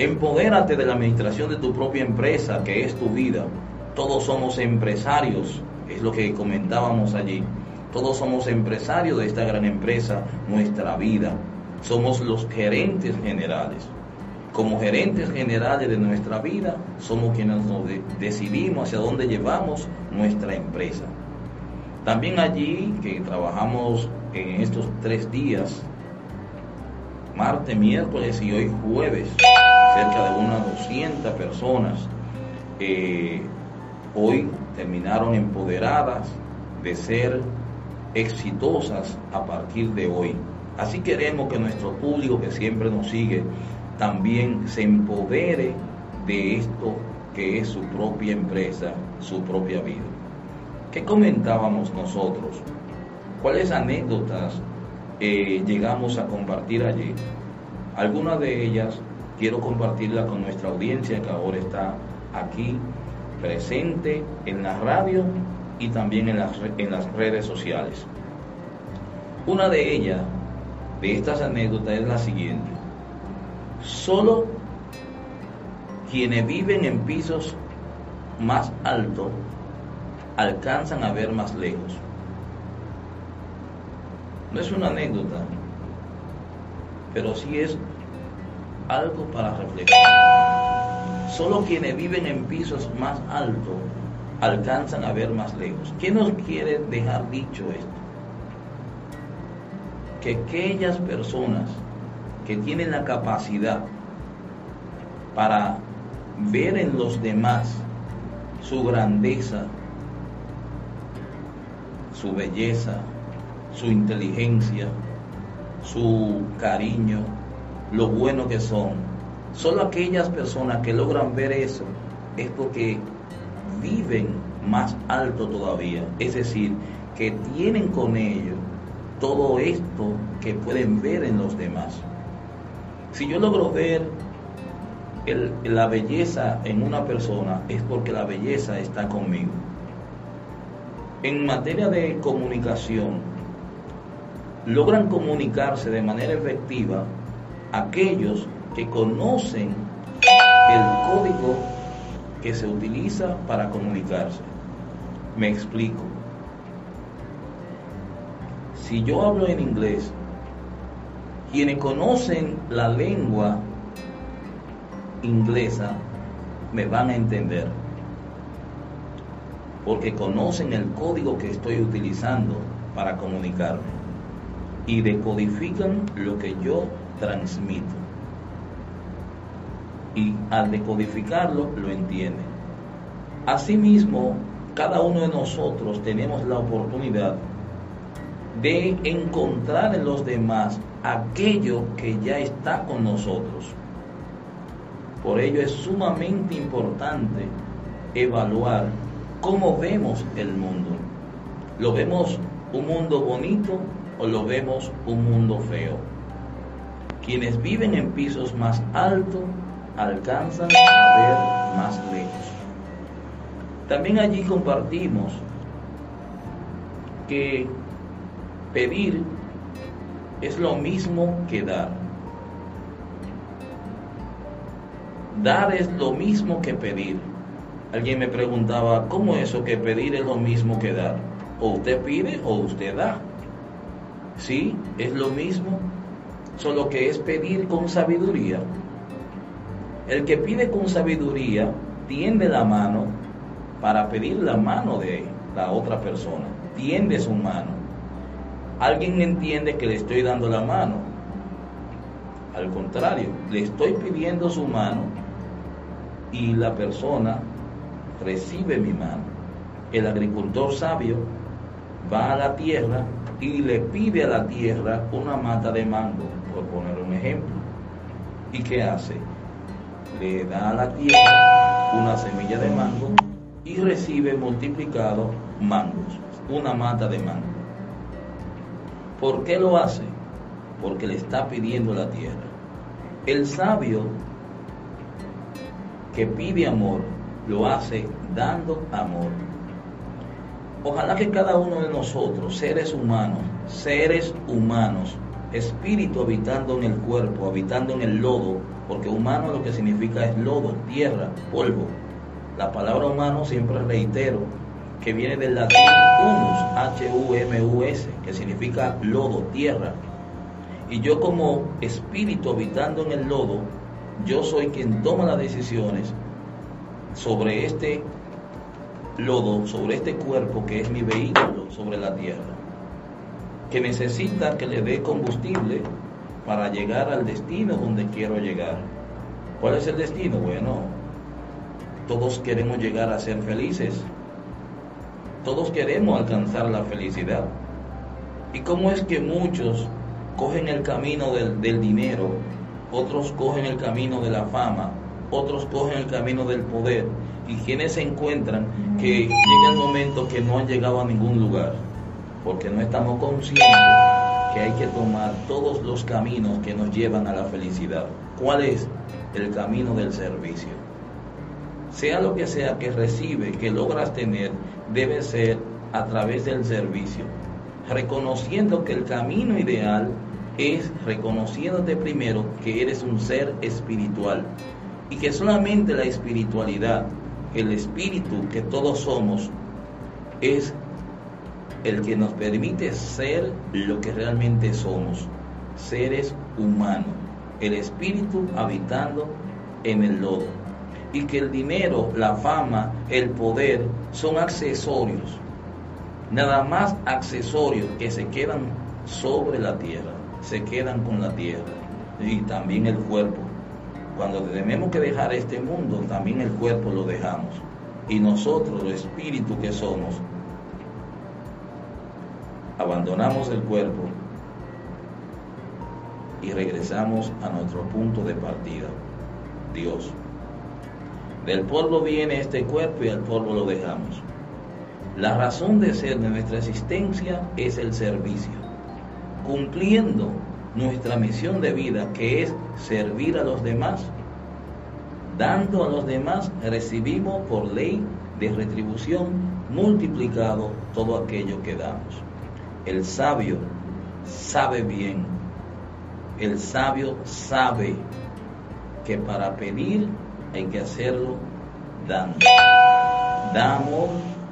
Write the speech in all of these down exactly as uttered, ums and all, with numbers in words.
Empodérate de la administración de tu propia empresa, que es tu vida. Todos somos empresarios, es lo que comentábamos allí. Todos somos empresarios de esta gran empresa, nuestra vida. Somos los gerentes generales. Como gerentes generales de nuestra vida, somos quienes nos de- decidimos hacia dónde llevamos nuestra empresa. También allí, que trabajamos en estos tres días, martes, miércoles y hoy jueves, cerca de unas doscientas personas, eh, hoy terminaron empoderadas de ser exitosas a partir de hoy. Así queremos que nuestro público que siempre nos sigue también se empodere de esto que es su propia empresa, su propia vida. ¿Qué comentábamos nosotros? ¿Cuáles anécdotas eh, llegamos a compartir allí? Algunas de ellas quiero compartirlas con nuestra audiencia que ahora está aquí presente en la radio y también en las, en las redes sociales. Una de ellas, de estas anécdotas, es la siguiente. Solo quienes viven en pisos más altos alcanzan a ver más lejos. No es una anécdota, pero sí es algo para reflexionar. Solo quienes viven en pisos más altos alcanzan a ver más lejos. ¿Qué nos quiere dejar dicho esto? Que aquellas personas que tienen la capacidad para ver en los demás su grandeza, su belleza, su inteligencia, su cariño, lo bueno que son, solo aquellas personas que logran ver eso es porque viven más alto todavía, es decir, que tienen con ellos todo esto que pueden ver en los demás. Si yo logro ver el, la belleza en una persona, es porque la belleza está conmigo. En materia de comunicación, logran comunicarse de manera efectiva aquellos que conocen el código que se utiliza para comunicarse. Me explico. Si yo hablo en inglés, quienes conocen la lengua inglesa me van a entender, porque conocen el código que estoy utilizando para comunicarme y decodifican lo que yo transmito. Y al decodificarlo, lo entienden. Asimismo, cada uno de nosotros tenemos la oportunidad de encontrar en los demás aquello que ya está con nosotros. Por ello es sumamente importante evaluar cómo vemos el mundo. ¿Lo vemos un mundo bonito o lo vemos un mundo feo? Quienes viven en pisos más altos alcanzan a ver más lejos. También allí compartimos que pedir es lo mismo que dar. Dar es lo mismo que pedir. Alguien me preguntaba, ¿cómo eso que pedir es lo mismo que dar? O usted pide o usted da. Sí, es lo mismo, solo que es pedir con sabiduría. El que pide con sabiduría tiende la mano para pedir la mano de la otra persona. Tiende su mano. Alguien entiende que le estoy dando la mano. Al contrario, le estoy pidiendo su mano y la persona recibe mi mano. El agricultor sabio va a la tierra y le pide a la tierra una mata de mango, por poner un ejemplo. ¿Y qué hace? Le da a la tierra una semilla de mango y recibe multiplicado mangos, una mata de mango. ¿Por qué lo hace? Porque le está pidiendo la tierra. El sabio que pide amor, lo hace dando amor. Ojalá que cada uno de nosotros, seres humanos, seres humanos, espíritu habitando en el cuerpo, habitando en el lodo, porque humano lo que significa es lodo, tierra, polvo. La palabra humano, siempre reitero, que viene del latín humus, H U M U S, que significa lodo, tierra. Y yo como espíritu habitando en el lodo, yo soy quien toma las decisiones sobre este lodo, sobre este cuerpo que es mi vehículo sobre la tierra, que necesita que le dé combustible para llegar al destino donde quiero llegar. ¿Cuál es el destino? Bueno, todos queremos llegar a ser felices, todos queremos alcanzar la felicidad. ¿Y cómo es que muchos cogen el camino del, del dinero, otros cogen el camino de la fama, otros cogen el camino del poder, y quienes se encuentran que llega el momento que no han llegado a ningún lugar? Porque no estamos conscientes que hay que tomar todos los caminos que nos llevan a la felicidad. ¿Cuál es? El camino del servicio. Sea lo que sea que recibe, que logras tener, debe ser a través del servicio, reconociendo que el camino ideal es reconociéndote primero que eres un ser espiritual y que solamente la espiritualidad, el espíritu que todos somos, es el que nos permite ser lo que realmente somos, seres humanos, el espíritu habitando en el lodo, y que el dinero, la fama, el poder son accesorios, nada más accesorios que se quedan sobre la tierra, se quedan con la tierra, y también el cuerpo. Cuando tenemos que dejar este mundo, también el cuerpo lo dejamos, y nosotros, el espíritu que somos, abandonamos el cuerpo y regresamos a nuestro punto de partida, Dios. Del polvo viene este cuerpo y al polvo lo dejamos. La razón de ser de nuestra existencia es el servicio, cumpliendo nuestra misión de vida, que es servir a los demás. Dando a los demás, recibimos por ley de retribución multiplicado todo aquello que damos. El sabio sabe bien, el sabio sabe que para pedir hay que hacerlo dando. Da amor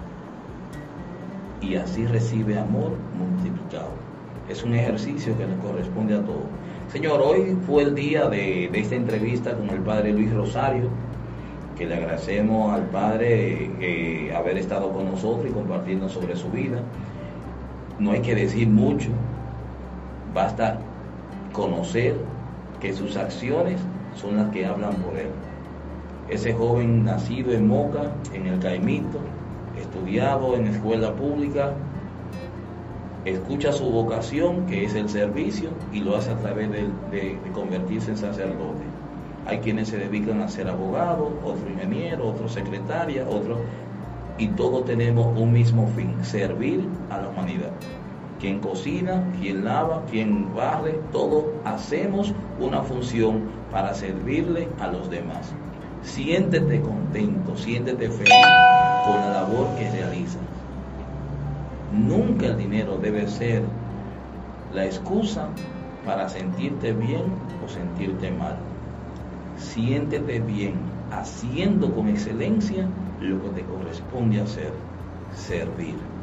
y así recibe amor multiplicado. Es un ejercicio que nos corresponde a todos. Señor, hoy fue el día de, de esta entrevista con el Padre Luis Rosario, que le agradecemos al Padre eh, haber estado con nosotros y compartiendo sobre su vida. No hay que decir mucho, basta conocer que sus acciones son las que hablan por él. Ese joven nacido en Moca, en el Caimito, estudiado en escuela pública, escucha su vocación, que es el servicio, y lo hace a través de, de, de convertirse en sacerdote. Hay quienes se dedican a ser abogados, otro ingeniero, otro secretaria, otro, y todos tenemos un mismo fin: servir a la humanidad. Quien cocina, quien lava, quien barre, todos hacemos una función para servirle a los demás. Siéntete contento, siéntete feliz con la labor que realizas. Nunca el dinero debe ser la excusa para sentirte bien o sentirte mal. Siéntete bien haciendo con excelencia lo que te corresponde hacer: servir.